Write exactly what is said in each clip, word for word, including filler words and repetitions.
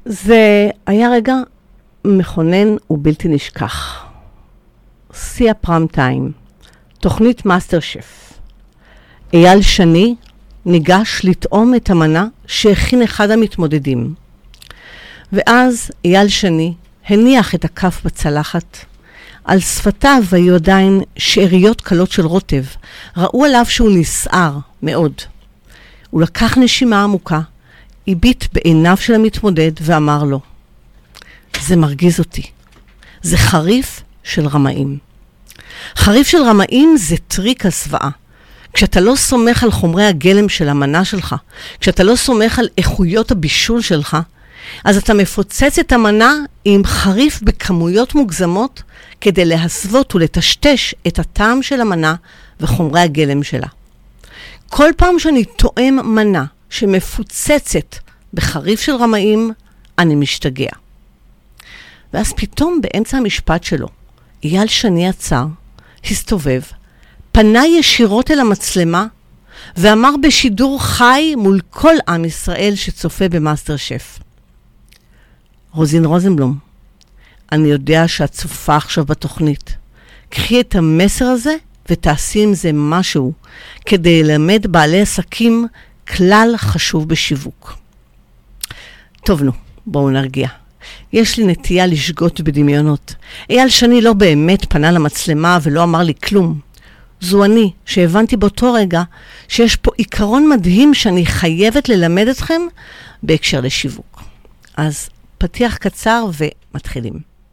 זה היה רגע מכונן ובלתי נשכח. שיא הפריים טיים, תוכנית מאסטר שף. אייל שני ניגש לטעום את המנה שהכין אחד המתמודדים. ואז אייל שני הניח את הכף בצלחת. על שפתיו היו עדיין שאריות קלות של רוטב. ראו עליו שהוא נסער מאוד. הוא לקח נשימה עמוקה, הביט בעיניו של המתמודד ואמר לו, זה מרגיז אותי. זה חריף של רמאים. חריף של רמאים זה טריק הסוואה. כשאתה לא סומך על חומרי הגלם של המנה שלך, כשאתה לא סומך על איכויות הבישול שלך, אז אתה מפוצץ את המנה עם חריף בכמויות מוגזמות כדי להסוות ולטשטש את הטעם של המנה וחומרי הגלם שלה. כל פעם שאני טועם מנה שמפוצצת בחריף של רמאים, אני משתגע. ואז פתאום באמצע המשפט שלו, אייל שני עצר, הסתובב, פנה ישירות אל המצלמה, ואמר בשידור חי מול כל עם ישראל שצופה במאסטר שף. רוזין רוזנבלום, אני יודע שאת צופה עכשיו בתוכנית. קחי את המסר הזה ותעשי עם זה משהו, כדי ללמד בעלי עסקים כלל חשוב בשיווק. טוב נו, בואו נרגיע. יש לי נטייה לשגות בדמיונות. אייל שני לא באמת פנה למצלמה ולא אמר לי כלום. זו אני שהבנתי באותו רגע שיש פה עיקרון מדהים שאני חייבת ללמד אתכם בהקשר לשיווק. אז פתיח קצר ומתחילים.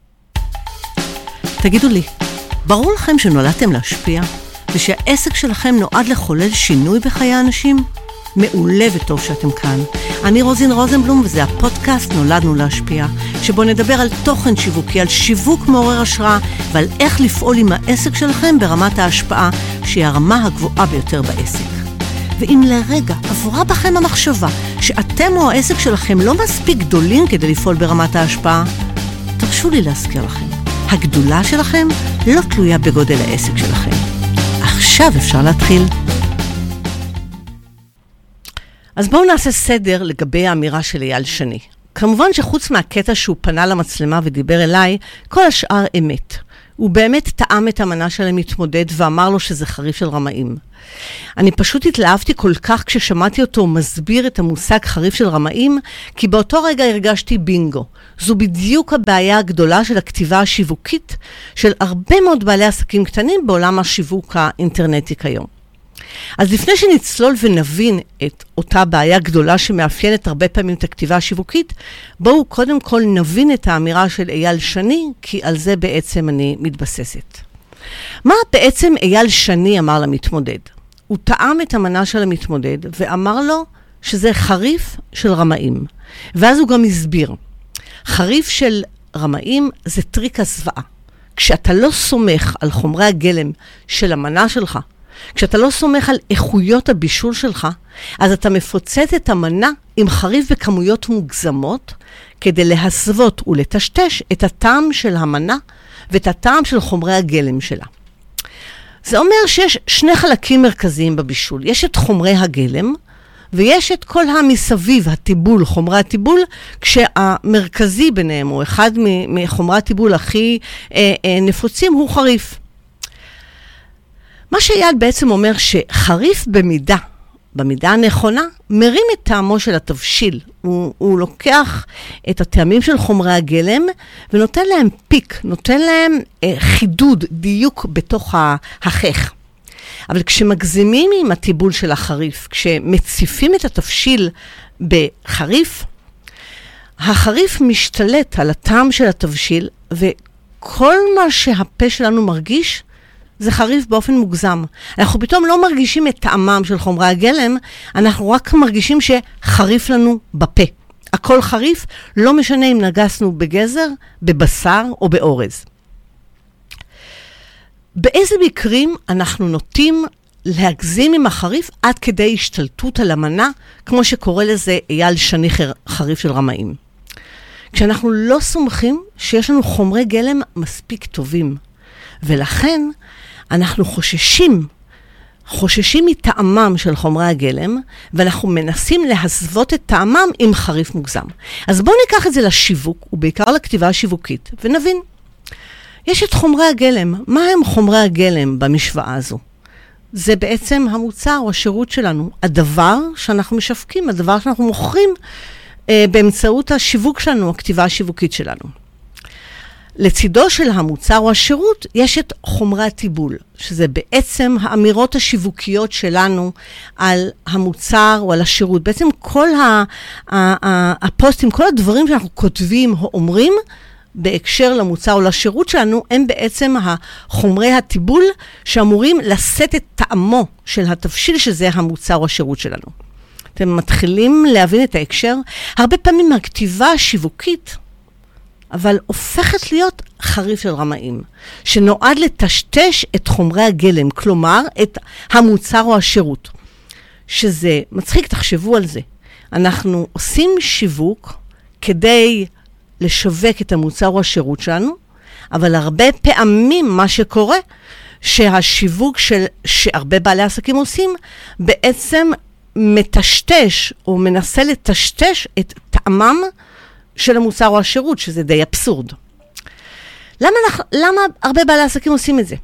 תגידו לי, ברור לכם שנולדתם להשפיע ושהעסק שלכם נועד לחולל שינוי בחיי האנשים? מעולה וטוב שאתם כאן. אני רוזין רוזנבלום וזה הפודקאסט נולדנו להשפיע, שבו נדבר על תוכן שיווקי, על שיווק מעורר השראה ועל איך לפעול עם העסק שלכם ברמת ההשפעה שהיא הרמה הגבוהה ביותר בעסק. ואם לרגע עברה בכם המחשבה שאתם או העסק שלכם לא מספיק גדולים כדי לפעול ברמת ההשפעה, תרשו לי להזכיר לכם, הגדולה שלכם לא תלויה בגודל העסק שלכם. עכשיו אפשר להתחיל. אז בואו נעשה סדר לגבי האמירה של אייל שני. כמובן שחוץ מהקטע שהוא פנה למצלמה ודיבר אליי, כל השאר אמת. הוא באמת טעם את המנה של המתמודד ואמר לו שזה חריף של רמאים. אני פשוט התלהבתי כל כך כששמעתי אותו מסביר את המושג חריף של רמאים, כי באותו רגע הרגשתי בינגו. זו בדיוק הבעיה הגדולה של הכתיבה השיווקית של הרבה מאוד בעלי עסקים קטנים בעולם השיווק האינטרנטי כיום. אז לפני שנצלול ונבין את אותה בעיה גדולה שמאפיינת הרבה פעמים את הכתיבה השיווקית, בואו קודם כל נבין את האמירה של אייל שני, כי על זה בעצם אני מתבססת. מה בעצם אייל שני אמר למתמודד? הוא טעם את המנה של המתמודד ואמר לו שזה חריף של רמאים. ואז הוא גם הסביר. חריף של רמאים זה טריק הסוואה. כשאתה לא סומך על חומרי הגלם של המנה שלך, כשאתה לא סומך על איכויות הבישול שלך, אז אתה מפוצץ את המנה עם חריף בכמויות מוגזמות, כדי להסוות ולטשטש את הטעם של המנה ואת הטעם של חומרי הגלם שלה. זה אומר שיש שני חלקים מרכזיים בבישול. יש את חומרי הגלם, ויש את כל המסביב, הטיבול, חומרי הטיבול, כשהמרכזי ביניהם, או אחד מחומרי הטיבול הכי אה, אה, נפוצים, הוא חריף. מה שאייל בעצם אומר שחריף במידה, במידה הנכונה, מרים את טעמו של התבשיל. הוא, הוא לוקח את הטעמים של חומרי הגלם ונותן להם פיק, נותן להם אה, חידוד, דיוק בתוך החך. אבל כשמגזימים עם הטיבול של החריף, כשמציפים את התבשיל בחריף, החריף משתלט על הטעם של התבשיל, וכל מה שהפה שלנו מרגיש, זה חריף באופן מוגזם. אנחנו פתאום לא מרגישים את טעמם של חומרי הגלם, אנחנו רק מרגישים שחריף לנו בפה. הכל חריף, לא משנה אם נגסנו בגזר, בבשר או באורז. באיזה מקרים אנחנו נוטים להגזים עם החריף עד כדי השתלטות על המנה, כמו שקורא לזה אייל שני חריף של רמאים. כשאנחנו לא סומכים שיש לנו חומרי גלם מספיק טובים, ולכן אנחנו חוששים חוששים מטעמם של חומרי הגלם, ואנחנו מנסים להסוות את טעמם עם חריף מוגזם. אז בואו ניקח את זה לשיווק, ובעיקר לכתיבה השיווקית, ונבין. יש את חומרי הגלם. מה הם חומרי הגלם במשוואה הזו? זה בעצם המוצר או השירות שלנו, הדבר שאנחנו משווקים, הדבר שאנחנו מוכרים אה, באמצעות השיווק שלנו, הכתיבה השיווקית שלנו. לצידו של המוצר או השירות יש את חומרי הטיבול, שזה בעצם האמירות השיווקיות שלנו על המוצר או על השירות. בעצם כל ה- ה- ה- הפוסטים, כל הדברים שאנחנו כותבים או אומרים, בהקשר למוצר או לשירות שלנו, הם בעצם החומרי הטיבול שאמורים לשאת את טעמו של התבשיל שזה המוצר או השירות שלנו. אתם מתחילים להבין את ההקשר. הרבה פעמים מהכתיבה השיווקית, אבל הופכת להיות חריף של רמאים, שנועד לטשטש את חומרי הגלם, כלומר את המוצר או השירות. שזה מצחיק, תחשבו על זה. אנחנו עושים שיווק כדי לשווק את המוצר או השירות שלנו, אבל הרבה פעמים מה שקורה, שהשיווק של, שהרבה בעלי עסקים עושים, בעצם מטשטש או מנסה לטשטש את טעמם של המוצר או השירות, שזה די אבסורד. למה, למה הרבה בעלי עסקים עושים את זה?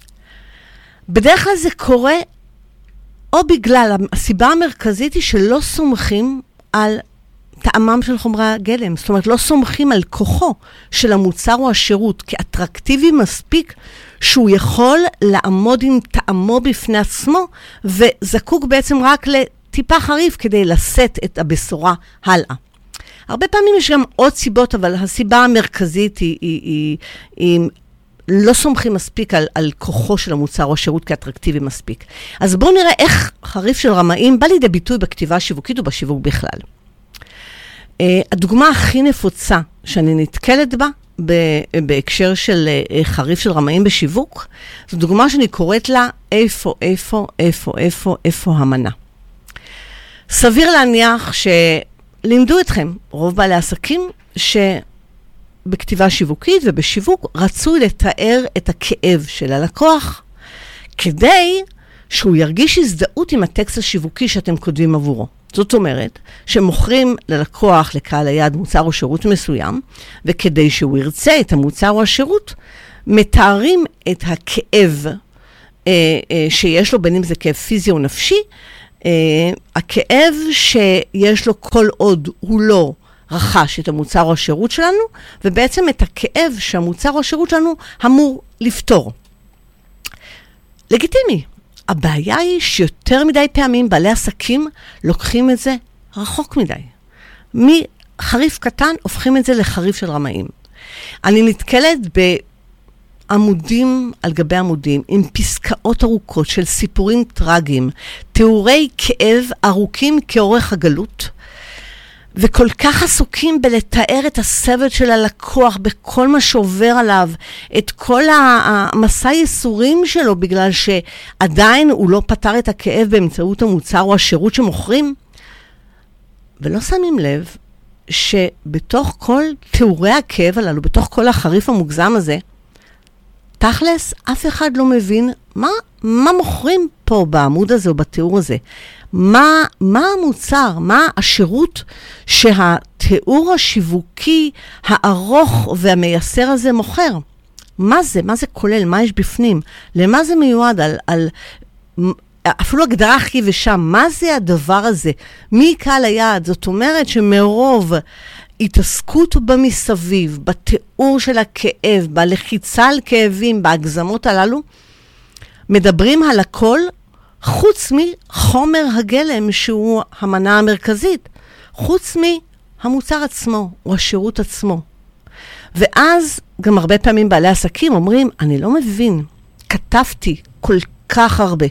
בדרך כלל זה קורה או בגלל, הסיבה המרכזית היא שלא סומכים על טעמם של חומרי הגלם. זאת אומרת, לא סומכים על כוחו של המוצר או השירות כאטרקטיבי מספיק שהוא יכול לעמוד עם טעמו בפני עצמו, וזקוק בעצם רק לטיפה חריף כדי לשאת את הבשורה הלאה. הרבה פעמים יש גם עוד סיבות, אבל הסיבה המרכזית היא, היא, היא, היא לא סומכים מספיק על, על כוחו של המוצר או השירות כאטרקטיבי מספיק. אז בואו נראה איך חריף של רמאים בא לידי ביטוי בכתיבה השיווקית ובשיווק בכלל. Uh, הדוגמה הכי נפוצה שאני נתקלת בה בהקשר של uh, חריף של רמאים בשיווק, זו דוגמה שאני קוראת לה איפה, איפה, איפה, איפה, איפה המנה. סביר להניח שלימדו אתכם רוב בעלי עסקים שבכתיבה שיווקית ובשיווק רצוי לתאר את הכאב של הלקוח כדי שהוא ירגיש הזדהות עם הטקסט השיווקי שאתם כותבים עבורו. זאת אומרת, שמוכרים ללקוח, לקהל היעד, מוצר או שירות מסוים, וכדי שהוא ירצה את המוצר או השירות, מתארים את הכאב אה, אה, שיש לו, בין אם זה כאב פיזי או נפשי, אה, הכאב שיש לו כל עוד הוא לא רכש את המוצר או השירות שלנו, ובעצם את הכאב שהמוצר או השירות שלנו אמור לפתור. לגיטימי. הבעיה היא שיותר מדי פעמים בעלי עסקים לוקחים את זה רחוק מדי. מחריף קטן הופכים את זה לחריף של רמאים. אני נתקלת בעמודים על גבי עמודים עם פסקאות ארוכות של סיפורים טרגיים, תיאורי כאב ארוכים כאורך הגלות, וכל כך עסוקים בלתאר את הסבל של הלקוח בכל מה שעובר עליו, את כל המסע ייסורים שלו, בגלל שעדיין הוא לא פתר את הכאב באמצעות המוצר או השירות שמוכרים, ולא שמים לב שבתוך כל תיאורי הכאב הללו, בתוך כל החריף המוגזם הזה, תכלס אף אחד לא מבין מה, מה מוכרים פה בעמוד הזה או בתיאור הזה. מה, מה המוצר, מה השירות שהתיאור השיווקי הארוך והמייסר הזה מוכר? מה זה? מה זה כולל? מה יש בפנים? למה זה מיועד? על, על, אפילו הגדרה הכי ושם, מה זה הדבר הזה? מי קהל היעד? זאת אומרת שמרוב התעסקות במסביב, בתיאור של הכאב, בלחיצה על כאבים, בהגזמות הללו, מדברים על הכל, חוץ מחומר הגלם שהוא המנה המרכזית, חוץ מהמוצר עצמו או השירות עצמו. ואז גם הרבה פעמים בעלי עסקים אומרים, אני לא מבין, כתבתי כל כך הרבה,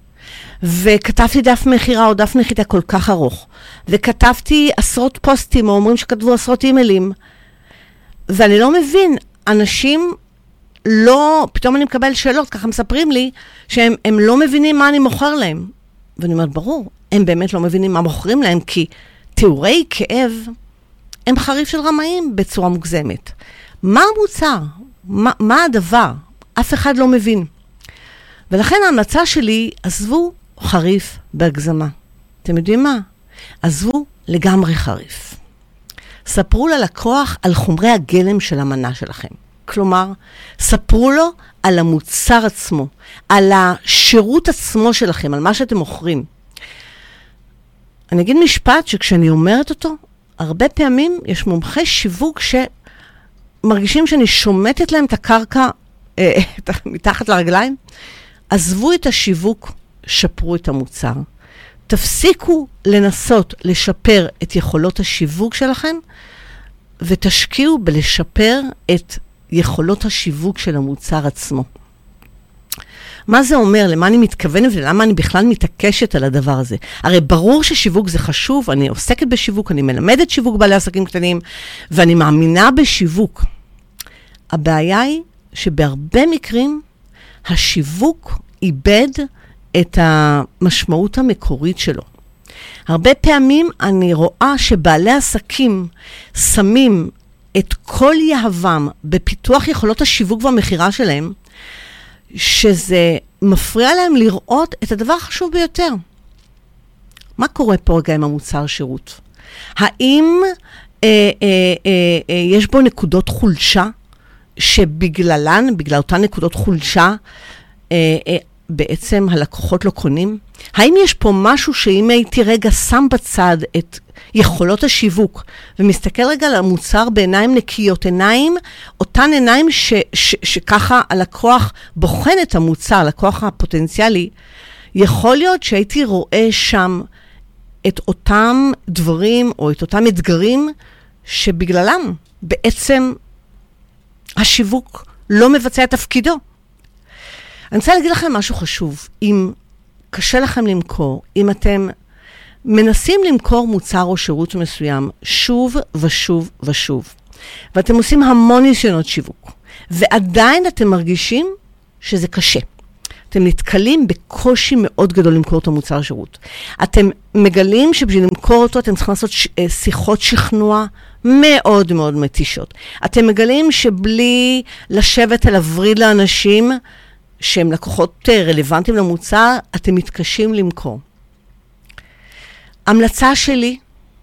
וכתבתי דף מחירה או דף נחיתה כל כך ארוך, וכתבתי עשרות פוסטים, או אומרים שכתבו עשרות אימיילים, ואני לא מבין, אנשים לא, פתאום אני מקבל שאלות, ככה מספרים לי, שהם הם לא מבינים מה אני מוכר להם. ואני אומרת, ברור, הם באמת לא מבינים מה מוכרים להם, כי תיאורי כאב הם חריף של רמאים בצורה מוגזמת. מה המוצר? מה, מה הדבר? אף אחד לא מבין. ולכן ההמלצה שלי, עזבו חריף בהגזמה. אתם יודעים מה? עזבו לגמרי חריף. ספרו ללקוח על חומרי הגלם של המנה שלכם. כלומר, ספרו לו על המוצר עצמו, על השירות עצמו שלכם, על מה שאתם מוכרים. אני אגיד משפט שכשאני אומרת אותו, הרבה פעמים יש מומחי שיווק שמרגישים שאני שומטת להם את הקרקע אה, מתחת לרגליים. עזבו את השיווק, שפרו את המוצר. תפסיקו לנסות לשפר את יכולות השיווק שלכם, ותשקיעו בלשפר את יכולות השיווק של המוצר עצמו. מה זה אומר? למה אני מתכוונת ולמה אני בכלל מתעקשת על הדבר הזה? הרי ברור ששיווק זה חשוב, אני עוסקת בשיווק, אני מלמדת שיווק בעלי עסקים קטנים, ואני מאמינה בשיווק. הבעיה היא שבהרבה מקרים השיווק איבד את המשמעות המקורית שלו. הרבה פעמים אני רואה שבעלי עסקים שמים את כל יהבם בפיתוח יכולות השיווק והמחירה שלהם, שזה מפריע להם לראות את הדבר החשוב ביותר. מה קורה פה רגע עם המוצר שירות? האם אה, אה, אה, אה, יש בו נקודות חולשה, שבגללן, בגלל אותן נקודות חולשה, אה, אה, בעצם הלקוחות לא קונים? האם יש פה משהו שאם הייתי רגע שם בצד את יכולות השיווק, ומסתכל רגע על המוצר בעיניים נקיות, עיניים, אותן עיניים ש, ש, שככה הלקוח בוחן את המוצר, הלקוח הפוטנציאלי, יכול להיות שהייתי רואה שם את אותם דברים, או את אותם אתגרים, שבגללם בעצם השיווק לא מבצע את תפקידו. אני רוצה להגיד לכם משהו חשוב. אם קשה לכם למכור, אם אתם מנסים למכור מוצר או שירות מסוים שוב ושוב ושוב, ואתם עושים המון ניסיונות שיווק, ועדיין אתם מרגישים שזה קשה. אתם נתקלים בקושי מאוד גדול למכור את המוצר שירות. אתם מגלים שבשביל למכור אותו אתם צריכים לעשות ש... שיחות שכנוע מאוד מאוד מתישות. אתם מגלים שבלי לשבת על הוריד לאנשים שהם לקוחות רלוונטיים למוצר, אתם מתקשים למכור. המלצה שלי,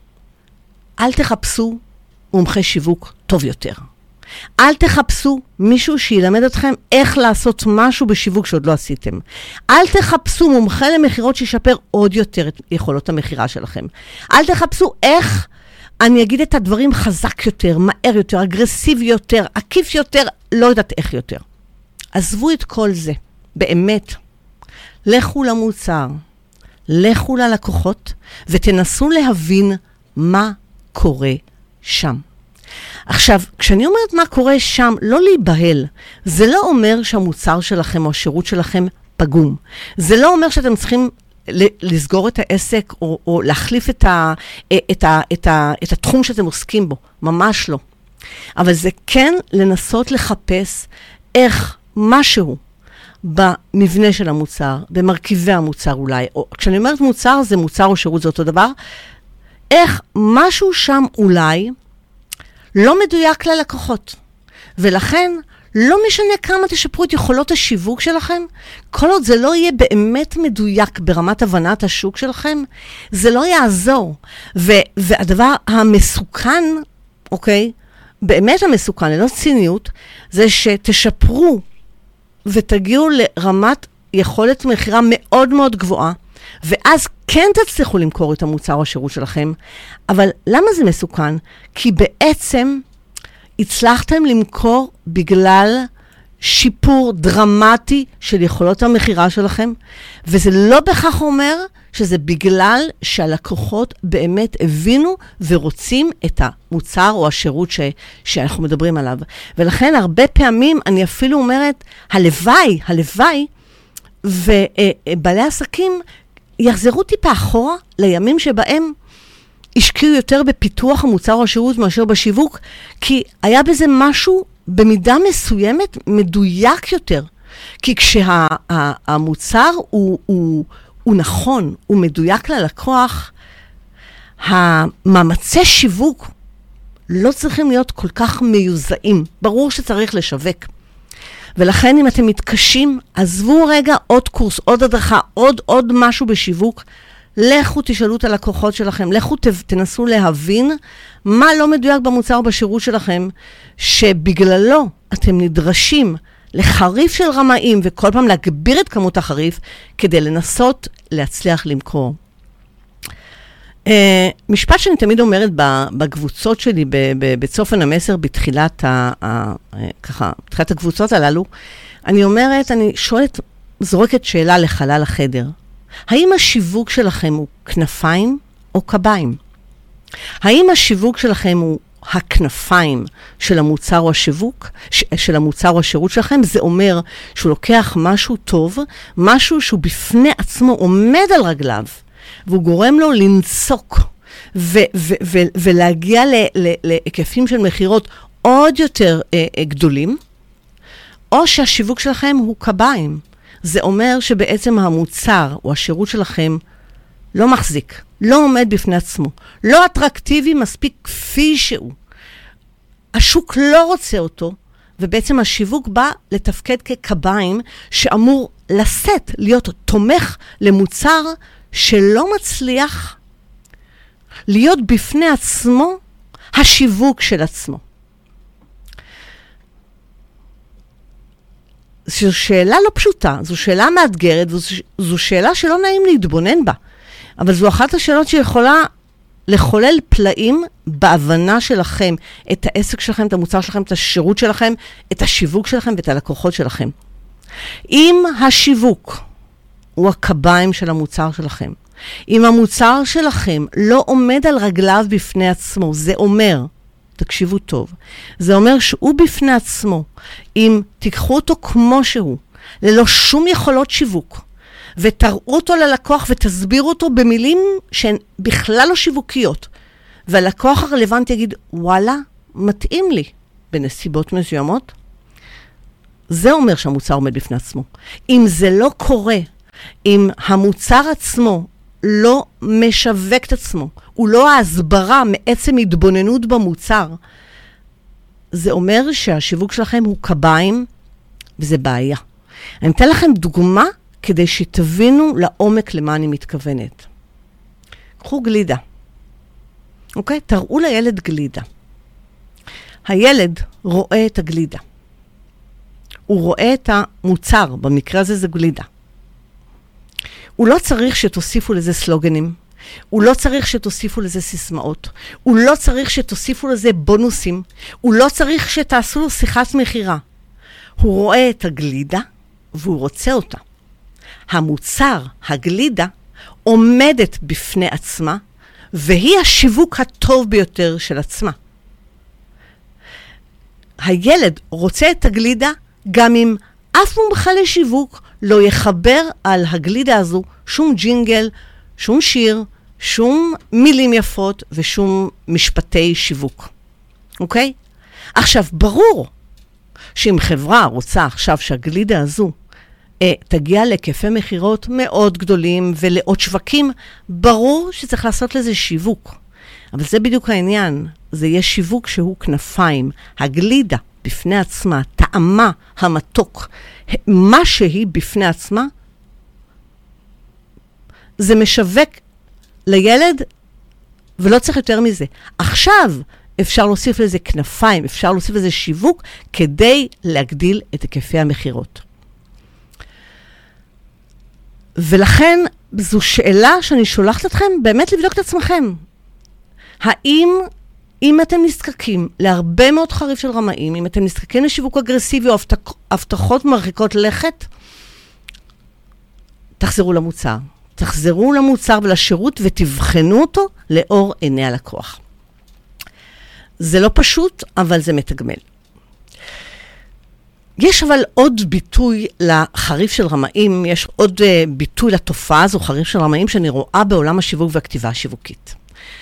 אל תחפשו מומחי שיווק טוב יותר. אל תחפשו מישהו שילמד אתכם איך לעשות משהו בשיווק שעוד לא עשיתם. אל תחפשו מומחה למחירות שישפר עוד יותר את יכולות המחירה שלכם. אל תחפשו איך אני אגיד את הדברים חזק יותר, מהר יותר, אגרסיבי יותר, עקיף יותר, לא יודעת איך יותר. עזבו את כל זה, באמת. לכו למוצר, לכו ללקוחות, ותנסו להבין מה קורה שם. עכשיו, כשאני אומרת מה קורה שם, לא להיבהל. זה לא אומר שהמוצר שלכם או השירות שלכם פגום. זה לא אומר שאתם צריכים לסגור את העסק או, או להחליף את, ה, את, ה, את, ה, את התחום שאתם עוסקים בו. ממש לא. אבל זה כן לנסות לחפש איך משהו במבנה של המוצר, במרכיבי המוצר אולי, או כשאני אומרת מוצר, זה מוצר או שירות, זה אותו דבר, איך משהו שם אולי לא מדויק ללקוחות. ולכן, לא משנה כמה תשפרו את יכולות השיווק שלכם, כל עוד זה לא יהיה באמת מדויק ברמת הבנת השוק שלכם, זה לא יעזור. ו- והדבר המסוכן, אוקיי, באמת המסוכן, ללא ציניות, זה שתשפרו ותגיעו לרמת יכולת מחירה מאוד מאוד גבוהה, ואז כן תצליחו למכור את המוצר או השירות שלכם. אבל למה זה מסוכן? כי בעצם הצלחתם למכור בגלל שיפור דרמטי של יכולות המחירה שלכם, וזה לא בכך אומר שזה בגלל שהלקוחות באמת הבינו ורוצים את המוצר או השירות ש, שאנחנו מדברים עליו. ולכן הרבה פעמים אני אפילו אומרת, הלוואי, הלוואי, ובעלי עסקים יחזרו טיפה אחורה לימים שבהם השקיעו יותר בפיתוח המוצר או השירות מאשר בשיווק, כי היה בזה משהו במידה מסוימת מדויק יותר. כי כשהמוצר הוא, הוא, הוא נכון, הוא מדויק ללקוח, המאמצי שיווק לא צריכים להיות כל כך מיוזעים. ברור שצריך לשווק. ולכן אם אתם מתקשים, עזבו רגע עוד קורס, עוד הדרכה, עוד עוד משהו בשיווק, לכו תשאלו את הלקוחות שלכם, לכו תנסו להבין מה לא מדויק במוצר או בשירות שלכם, שבגללו אתם נדרשים לחריף של רמאים, וכל פעם להגביר את כמות החריף, כדי לנסות להצליח למכור. Uh, משפט שאני תמיד אומרת בקבוצות שלי, בצופן המסר, בתחילת, ה, ה, ככה, בתחילת הקבוצות הללו, אני אומרת, אני שואלת, זורקת שאלה לחלל החדר. האם השיווק שלכם הוא כנפיים או קביים? האם השיווק שלכם הוא הכנפיים של המוצר או השיווק, של המוצר או השירות שלכם? זה אומר שהוא לוקח משהו טוב, משהו שהוא בפני עצמו עומד על רגליו, והוא גורם לו לנסוק ו- ו- ו- ולהגיע ל- ל- להיקפים של מחירות עוד יותר אה, אה, גדולים, או שהשיווק שלכם הוא קביים. זה אומר שבעצם המוצר או השירות שלכם לא מחזיק, לא עומד בפני עצמו, לא אטרקטיבי מספיק כפי שהוא. השוק לא רוצה אותו, ובעצם השיווק בא לתפקד כקביים שאמור לשאת, להיות תומך למוצר שלא מצליח להיות בפני עצמו השיווק של עצמו. זו שאלה לא פשוטה, זו שאלה מאתגרת, זו שאלה שלא נעים להתבונן בה, אבל זו אחת השאלות שיכולה לחולל פלאים בהבנה שלכם, את העסק שלכם, את המוצר שלכם, את השירות שלכם, את השיווק שלכם ואת הלקוחות שלכם. אם השיווק הוא הקביים של המוצר שלכם, אם המוצר שלכם לא עומד על רגליו בפני עצמו, זה אומר, תקשיבו טוב, זה אומר שהוא בפני עצמו, אם תיקחו אותו כמו שהוא, ללא שום יכולות שיווק, ותראו אותו ללקוח ותסבירו אותו במילים שהן בכלל לא שיווקיות, והלקוח הרלוונטי יגיד, וואלה, מתאים לי בנסיבות מסוימות, זה אומר שהמוצר עומד בפני עצמו. אם זה לא קורה, אם המוצר עצמו לא משווק את עצמו, הוא לא ההסברה מעצם התבוננות במוצר, זה אומר שהשיווק שלכם הוא קביים, וזה בעיה. אני אתן לכם דוגמה כדי שתבינו לעומק למה אני מתכוונת. קחו גלידה. אוקיי? תראו לילד גלידה. הילד רואה את הגלידה. הוא רואה את המוצר, במקרה הזה זה גלידה. הוא לא צריך שתוסיפו לזה סלוגנים, הוא לא צריך שתוסיפו לזה סיסמאות, הוא לא צריך שתוסיפו לזה בונוסים, הוא לא צריך שתעשו לו שיחת מחירה. הוא רואה את הגלידה והוא רוצה אותה. המוצר, הגלידה, עומדת בפני עצמה, והיא השיווק הטוב ביותר של עצמה. הילד רוצה את הגלידה, גם אם אף מומחה לשיווק לא יחבר על הגלידה הזו שום ג'ינגל, שום שיר, שום מילים יפות ושום משפטי שיווק. אוקיי? עכשיו, ברור שאם חברה רוצה עכשיו שהגלידה הזו אה, תגיע להיקפי מחירות מאוד גדולים ולעוד שווקים, ברור שצריך לעשות לזה שיווק. אבל זה בדיוק העניין. זה יהיה שיווק שהוא כנפיים. הגלידה בפני עצמה, טעמה, המתוק, מה שהיא בפני עצמה, זה משווק לילד, ולא צריך יותר מזה. עכשיו אפשר להוסיף לזה כנפיים, אפשר להוסיף לזה שיווק, כדי להגדיל את היקפי המחירות. ולכן, זו שאלה שאני שולחת אתכם, באמת לבדוק את עצמכם. האם, אם אתם נזקקים להרבה מאוד חריף של רמאים, אם אתם נזקקים לשיווק אגרסיבי או הבטחות מרחיקות לכת, תחזרו למוצר. תחזרו למוצר ולשירות ותבחנו אותו לאור עיני הלקוח. זה לא פשוט, אבל זה מתגמל. יש אבל עוד ביטוי לחריף של רמאים, יש עוד ביטוי לתופעה הזו, חריף של רמאים, שאני רואה בעולם השיווק והכתיבה השיווקית.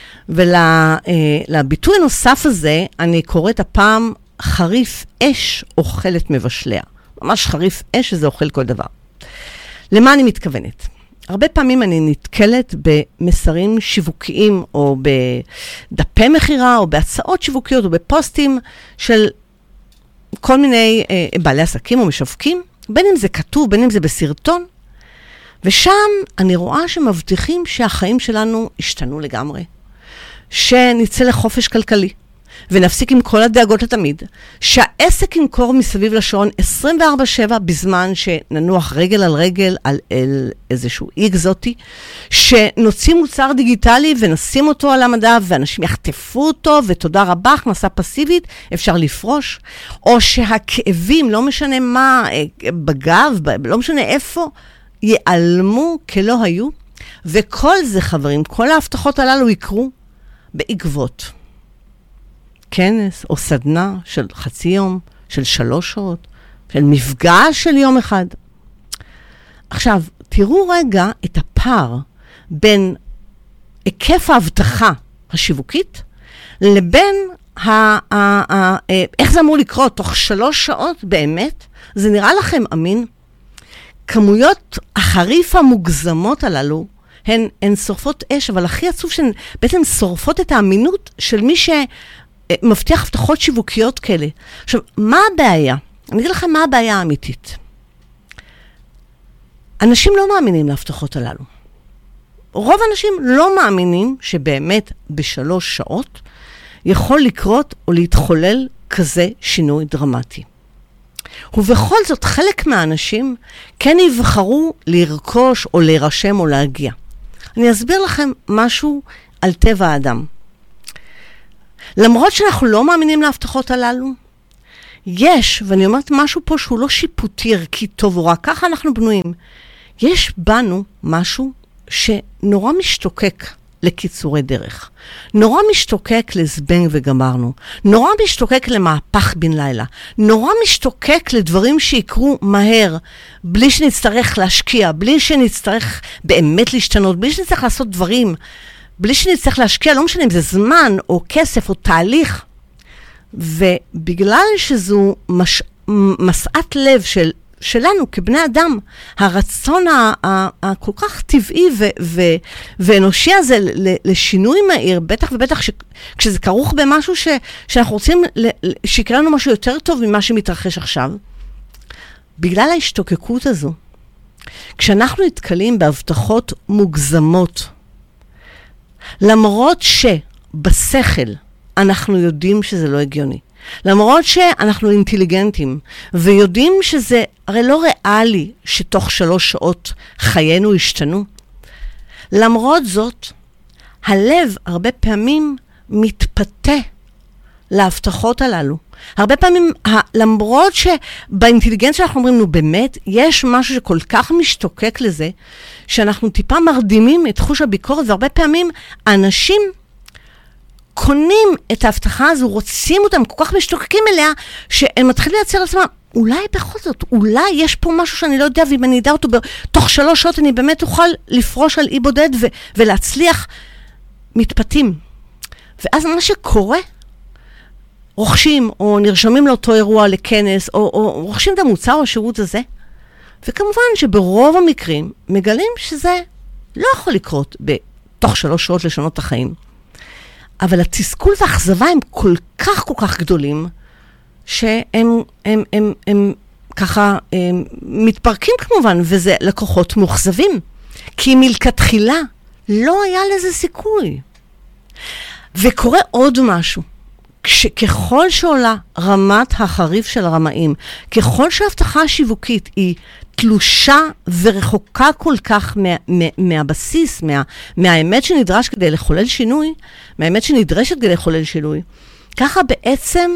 ולביטוי הנוסף הזה, אני קוראת הפעם חריף אש אוכלת מבשליה. ממש חריף אש שזה אוכל כל דבר. למה אני מתכוונת? הרבה פעמים אני נתקלת במסרים שיווקיים, או בדפי מחירה, או בהצעות שיווקיות, או בפוסטים של כל מיני אה, בעלי עסקים או משווקים, בין אם זה כתוב, בין אם זה בסרטון, ושם אני רואה שמבטיחים שהחיים שלנו השתנו לגמרי. שנצא לחופש כלכלי, ונפסיק עם כל הדאגות לתמיד, שהעסק ימכור מסביב לשעון עשרים וארבע שבע בזמן שננוח רגל על רגל על אל איזשהו אי אקזוטי, שנוציא מוצר דיגיטלי ונשים אותו על המדף ואנשים יחטפו אותו ותודה רבה, הכנסה פסיבית, אפשר לפרוש, או שהכאבים, לא משנה מה, בגב, לא משנה איפה, ייעלמו כלא היו, וכל זה חברים, כל ההבטחות הללו יקרו בעקבות. כנס או סדנה של חצי יום, של שלוש שעות, של מפגש של יום אחד. עכשיו, תראו רגע את הפער בין היקף ההבטחה השיווקית, לבין ה, ה, ה, איך זה אמור לקרות תוך שלוש שעות באמת. זה נראה לכם אמין? כמויות החריף המוגזמות הללו, הן, הן שורפות אש, אבל הכי עצוב שהן בעצם שורפות את האמינות של מי שמבטיח הבטחות שיווקיות כאלה. עכשיו, מה הבעיה? אני אגיד לכם מה הבעיה האמיתית. אנשים לא מאמינים להבטחות הללו. רוב האנשים לא מאמינים שבאמת בשלוש שעות יכול לקרות או להתחולל כזה שינוי דרמטי. ובכל זאת חלק מהאנשים כן יבחרו לרכוש או להירשם או להגיע. אני אסביר לכם משהו על טבע האדם. למרות שאנחנו לא מאמינים להבטחות הללו, יש, ואני אומרת משהו פה שהוא לא שיפוטי ערכי טוב או רע, ככה אנחנו בנויים. יש בנו משהו שנורא משתוקק לקיצורי דרך. נורא משתוקק לזבנג וגמרנו. נורא משתוקק למהפך בן לילה. נורא משתוקק לדברים שיקרו מהר, בלי שנצטרך להשקיע, בלי שנצטרך באמת להשתנות, בלי שנצטרך לעשות דברים, בלי שנצטרך להשקיע, לא משנה אם זה זמן או כסף או תהליך. ובגלל שזו מש... מסעת לב של שלנו כבני אדם, הרצון הכל כך טבעי ואנושי הזה לשינוי מהיר, בטח ובטח כשזה כרוך במשהו שאנחנו רוצים שיקרה לנו משהו יותר טוב ממה שמתרחש עכשיו, בגלל ההשתוקקות הזו, כשאנחנו נתקלים בהבטחות מוגזמות, למרות שבשכל אנחנו יודעים שזה לא הגיוני, למרות שאנחנו אינטליגנטים ויודעים שזה הרי לא ריאלי שתוך שלוש שעות חיינו השתנו. למרות זאת, הלב הרבה פעמים מתפתה להבטחות הללו. הרבה פעמים, למרות שבאינטליגנציה אנחנו אומרים, נו באמת, יש משהו שכל כך משתוקק לזה, שאנחנו טיפה מרדימים את חוש הביקורת, והרבה פעמים אנשים קונים את ההבטחה הזו, רוצים אותם, כל כך משתוקקים אליה, שהם מתחילים לייצר לעצמם, אולי בכל זאת, אולי יש פה משהו שאני לא יודע, ואם אני אדע אותו בתוך שלוש שעות, אני באמת אוכל לפרוש על אי בודד ו- ולהצליח מתפתים. ואז מה שקורה, רוכשים או נרשמים לאותו אירוע לכנס, או, או רוכשים את המוצר או השירות הזה, וכמובן שברוב המקרים מגלים שזה לא יכול לקרות בתוך שלוש שעות לשנות את החיים. אבל התסכול והאכזבה הם כל כך כל כך גדולים, שהם הם, הם, הם, הם, ככה הם, מתפרקים כמובן, וזה לקוחות מוחזבים. כי מלכתחילה לא היה לזה סיכוי. וקורה עוד משהו. ככל שעולה רמת החריף של הרמאים, ככל שההבטחה השיווקית היא תלושה ורחוקה כל כך מה, מה, מהבסיס, מה, מהאמת שנדרש כדי לחולל שינוי, מהאמת שנדרשת כדי לחולל שינוי, ככה בעצם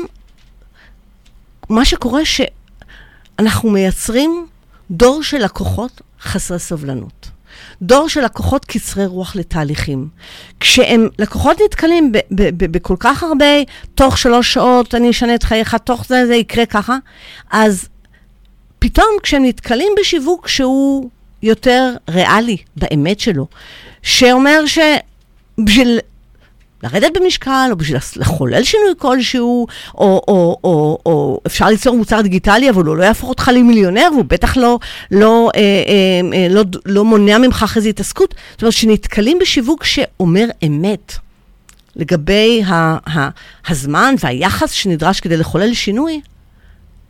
מה שקורה שאנחנו מייצרים דור של לקוחות חסרי סבלנות. דור של לקוחות קצרי רוח לתהליכים. כשהם לקוחות נתקלים ב- ב- ב- בכל כך הרבה, תוך שלוש שעות אני אשנה את חייך, תוך זה זה יקרה ככה, אז פתאום כשהם נתקלים בשיווק שהוא יותר ריאלי באמת שלו, שאומר שבשביל לרדת במשקל, או בשביל לחולל שינוי כלשהו, או, או, או, או אפשר ליצור מוצר דיגיטלי, אבל הוא לא יהפוך אותך למיליונר, והוא בטח לא, לא, אה, אה, לא, לא מונע ממך אחרי זה התעסקות. זאת אומרת, שנתקלים בשיווק שאומר אמת, לגבי ה, ה, הזמן והיחס שנדרש כדי לחולל שינוי,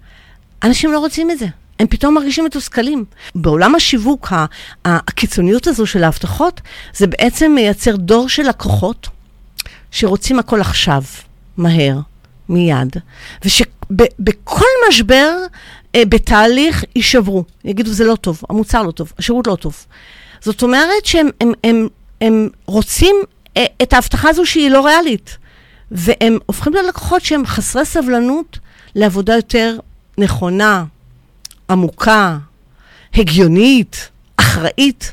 אנשים לא רוצים את זה. הם פתאום מרגישים מתוסכלים. בעולם השיווק, הקיצוניות הזו של ההבטחות, זה בעצם מייצר דור של לקוחות, שרוצים הכל עכשיו, מהר, מיד, ושבכל משבר, בתהליך יישברו. יגידו, זה לא טוב, המוצר לא טוב, השירות לא טוב. זאת אומרת שהם הם, הם, הם רוצים את ההבטחה הזו שהיא לא ריאלית, והם הופכים ללקוחות שהם חסרי סבלנות לעבודה יותר נכונה, עמוקה, הגיונית, אחראית.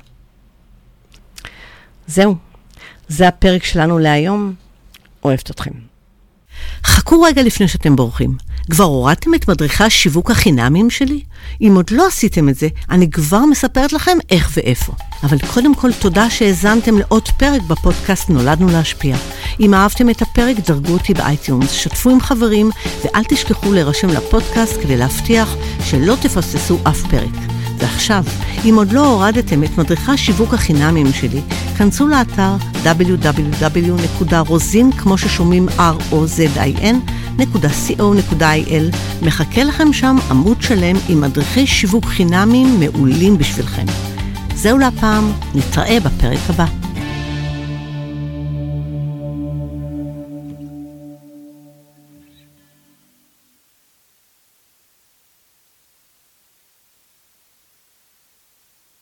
זהו, זה הפרק שלנו להיום. אוהבת אתכם. חכו רגע לפני שאתם בורחים. כבר הורדתם את מדריכי השיווק החינמיים שלי? אם עוד לא עשיתם את זה, אני כבר מספרת לכם איך ואיפה. אבל קודם כל תודה שהזנתם לעוד פרק בפודקאסט נולדנו להשפיע. אם אהבתם את הפרק, דרגו אותי באייטיונס, שתפו עם חברים, ואל תשכחו להירשם לפודקאסט כדי להבטיח שלא תפספסו אף פרק. ועכשיו, אם עוד לא הורדתם את מדריכי השיווק החינמיים שלי, כנסו לאתר דאבליו דאבליו דאבליו נקודה רוזין, כמו ששומעים אר או זד איי אן, נקודה סי או נקודה איי אל. מחכה לכם שם עמוד שלם עם מדריכי שיווק חינמיים מעולים בשבילכם. זהו להפעם, נתראה בפרק הבא.